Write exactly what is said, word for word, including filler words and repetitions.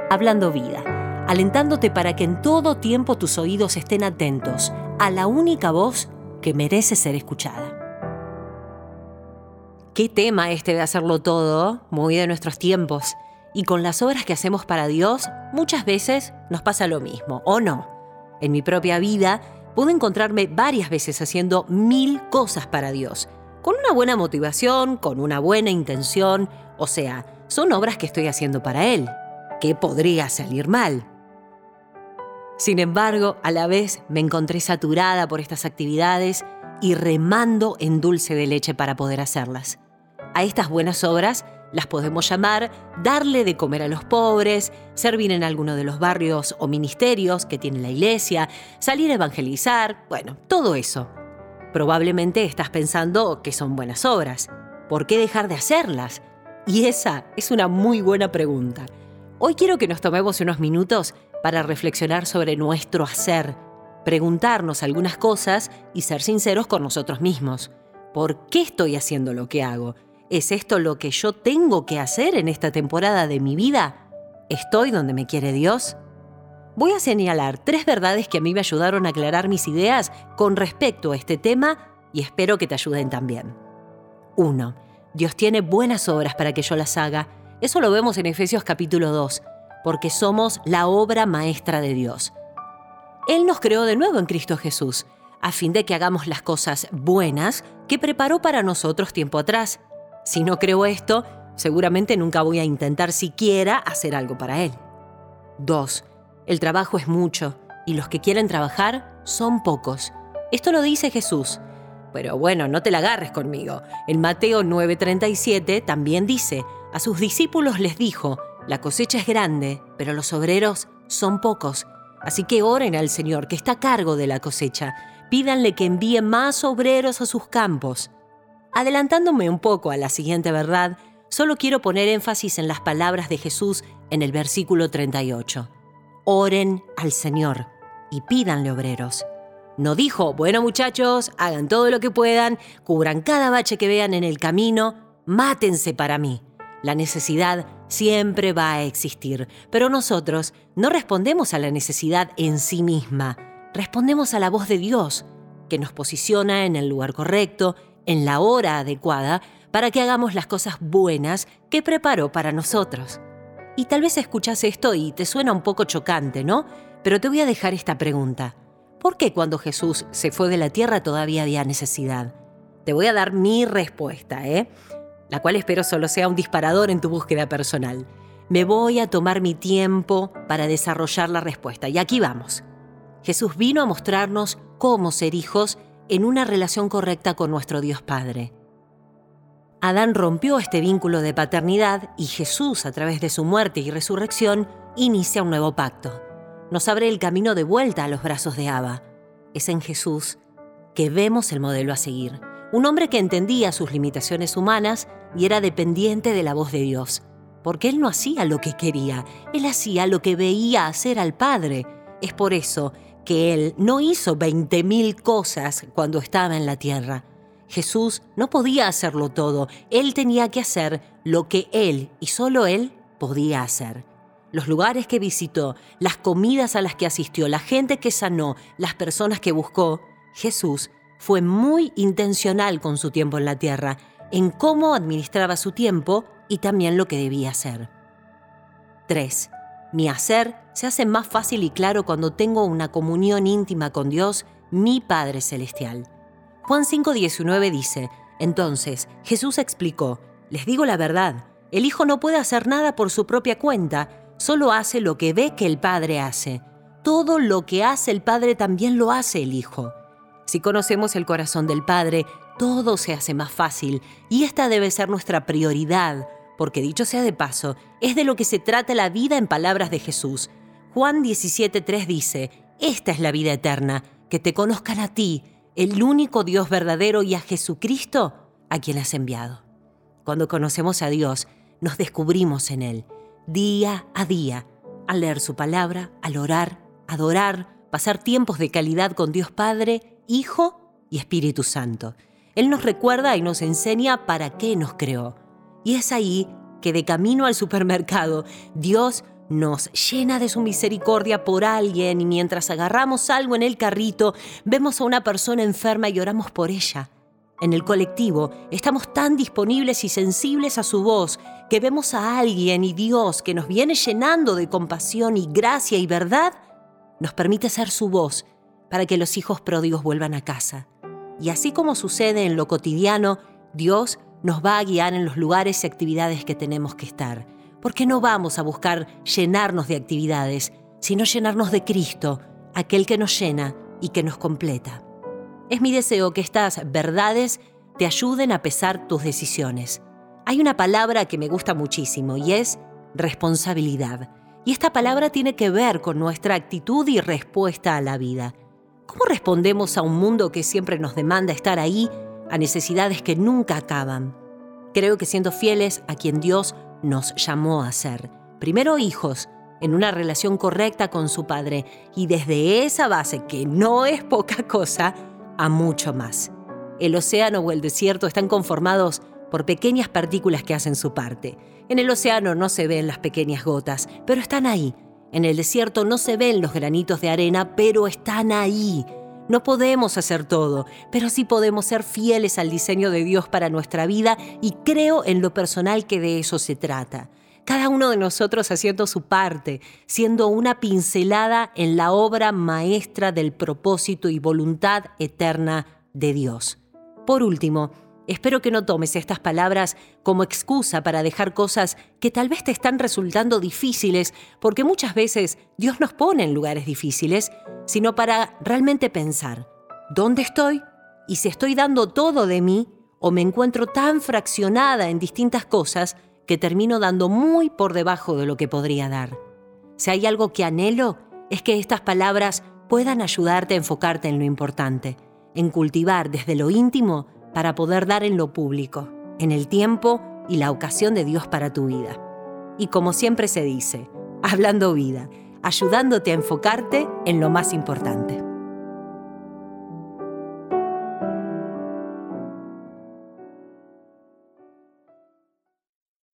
Hablando Vida, alentándote para que en todo tiempo tus oídos estén atentos a la única voz que merece ser escuchada. Qué tema este de hacerlo todo, muy de nuestros tiempos. Y con las obras que hacemos para Dios, muchas veces nos pasa lo mismo, ¿o no? En mi propia vida, pude encontrarme varias veces haciendo mil cosas para Dios, con una buena motivación, con una buena intención, o sea, son obras que estoy haciendo para Él. ¿Qué podría salir mal? Sin embargo, a la vez me encontré saturada por estas actividades y remando en dulce de leche para poder hacerlas. A estas buenas obras las podemos llamar darle de comer a los pobres, servir en alguno de los barrios o ministerios que tiene la iglesia, salir a evangelizar, bueno, todo eso. Probablemente estás pensando que son buenas obras. ¿Por qué dejar de hacerlas? Y esa es una muy buena pregunta. Hoy quiero que nos tomemos unos minutos para reflexionar sobre nuestro hacer, preguntarnos algunas cosas y ser sinceros con nosotros mismos. ¿Por qué estoy haciendo lo que hago? ¿Es esto lo que yo tengo que hacer en esta temporada de mi vida? ¿Estoy donde me quiere Dios? Voy a señalar tres verdades que a mí me ayudaron a aclarar mis ideas con respecto a este tema y espero que te ayuden también. uno. Dios tiene buenas obras para que yo las haga. Eso lo vemos en Efesios capítulo dos, porque somos la obra maestra de Dios. Él nos creó de nuevo en Cristo Jesús, a fin de que hagamos las cosas buenas que preparó para nosotros tiempo atrás. Si no creo esto, seguramente nunca voy a intentar siquiera hacer algo para Él. dos. El trabajo es mucho y los que quieren trabajar son pocos. Esto lo dice Jesús. Pero bueno, no te la agarres conmigo. En Mateo nueve treinta y siete también dice, a sus discípulos les dijo, la cosecha es grande, pero los obreros son pocos. Así que oren al Señor que está a cargo de la cosecha. Pídanle que envíe más obreros a sus campos. Adelantándome un poco a la siguiente verdad, solo quiero poner énfasis en las palabras de Jesús en el versículo treinta y ocho. Oren al Señor y pídanle obreros. No dijo, bueno muchachos, hagan todo lo que puedan, cubran cada bache que vean en el camino, mátense para mí. La necesidad siempre va a existir, pero nosotros no respondemos a la necesidad en sí misma, respondemos a la voz de Dios, que nos posiciona en el lugar correcto, en la hora adecuada, para que hagamos las cosas buenas que preparó para nosotros. Y tal vez escuchas esto y te suena un poco chocante, ¿no? Pero te voy a dejar esta pregunta. ¿Por qué cuando Jesús se fue de la tierra todavía había necesidad? Te voy a dar mi respuesta, ¿eh? La cual espero solo sea un disparador en tu búsqueda personal. Me voy a tomar mi tiempo para desarrollar la respuesta. Y aquí vamos. Jesús vino a mostrarnos cómo ser hijos en una relación correcta con nuestro Dios Padre. Adán rompió este vínculo de paternidad y Jesús, a través de su muerte y resurrección, inicia un nuevo pacto. Nos abre el camino de vuelta a los brazos de Abba. Es en Jesús que vemos el modelo a seguir. Un hombre que entendía sus limitaciones humanas y era dependiente de la voz de Dios. Porque él no hacía lo que quería, él hacía lo que veía hacer al Padre. Es por eso que él no hizo veinte mil cosas cuando estaba en la tierra. Jesús no podía hacerlo todo, él tenía que hacer lo que él y solo él podía hacer. Los lugares que visitó, las comidas a las que asistió, la gente que sanó, las personas que buscó, Jesús fue muy intencional con su tiempo en la tierra, en cómo administraba su tiempo y también lo que debía hacer. tres. Mi hacer se hace más fácil y claro cuando tengo una comunión íntima con Dios, mi Padre Celestial. Juan cinco diecinueve dice, entonces Jesús explicó, les digo la verdad, el Hijo no puede hacer nada por su propia cuenta, solo hace lo que ve que el Padre hace. Todo lo que hace el Padre también lo hace el Hijo. Si conocemos el corazón del Padre, todo se hace más fácil y esta debe ser nuestra prioridad, porque dicho sea de paso, es de lo que se trata la vida en palabras de Jesús. Juan diecisiete tres dice, esta es la vida eterna, que te conozcan a ti, el único Dios verdadero y a Jesucristo, a quien has enviado. Cuando conocemos a Dios, nos descubrimos en Él, día a día, al leer su palabra, al orar, adorar, pasar tiempos de calidad con Dios Padre, Hijo y Espíritu Santo. Él nos recuerda y nos enseña para qué nos creó. Y es ahí que de camino al supermercado, Dios nos llena de su misericordia por alguien y mientras agarramos algo en el carrito, vemos a una persona enferma y oramos por ella. En el colectivo estamos tan disponibles y sensibles a su voz que vemos a alguien y Dios que nos viene llenando de compasión y gracia y verdad, nos permite ser su voz para que los hijos pródigos vuelvan a casa. Y así como sucede en lo cotidiano, Dios nos va a guiar en los lugares y actividades que tenemos que estar. Porque no vamos a buscar llenarnos de actividades, sino llenarnos de Cristo, aquel que nos llena y que nos completa. Es mi deseo que estas verdades te ayuden a pesar tus decisiones. Hay una palabra que me gusta muchísimo y es responsabilidad. Y esta palabra tiene que ver con nuestra actitud y respuesta a la vida. ¿Cómo respondemos a un mundo que siempre nos demanda estar ahí, a necesidades que nunca acaban? Creo que siendo fieles a quien Dios nos llamó a ser. Primero hijos, en una relación correcta con su padre, y desde esa base, que no es poca cosa, a mucho más. El océano o el desierto están conformados por pequeñas partículas que hacen su parte. En el océano no se ven las pequeñas gotas, pero están ahí. En el desierto no se ven los granitos de arena, pero están ahí. No podemos hacer todo, pero sí podemos ser fieles al diseño de Dios para nuestra vida y creo en lo personal que de eso se trata. Cada uno de nosotros haciendo su parte, siendo una pincelada en la obra maestra del propósito y voluntad eterna de Dios. Por último, espero que no tomes estas palabras como excusa para dejar cosas que tal vez te están resultando difíciles, porque muchas veces Dios nos pone en lugares difíciles, sino para realmente pensar, ¿dónde estoy? Y si estoy dando todo de mí, o me encuentro tan fraccionada en distintas cosas que termino dando muy por debajo de lo que podría dar. Si hay algo que anhelo, es que estas palabras puedan ayudarte a enfocarte en lo importante, en cultivar desde lo íntimo para poder dar en lo público, en el tiempo y la ocasión de Dios para tu vida. Y como siempre se dice, hablando vida, ayudándote a enfocarte en lo más importante.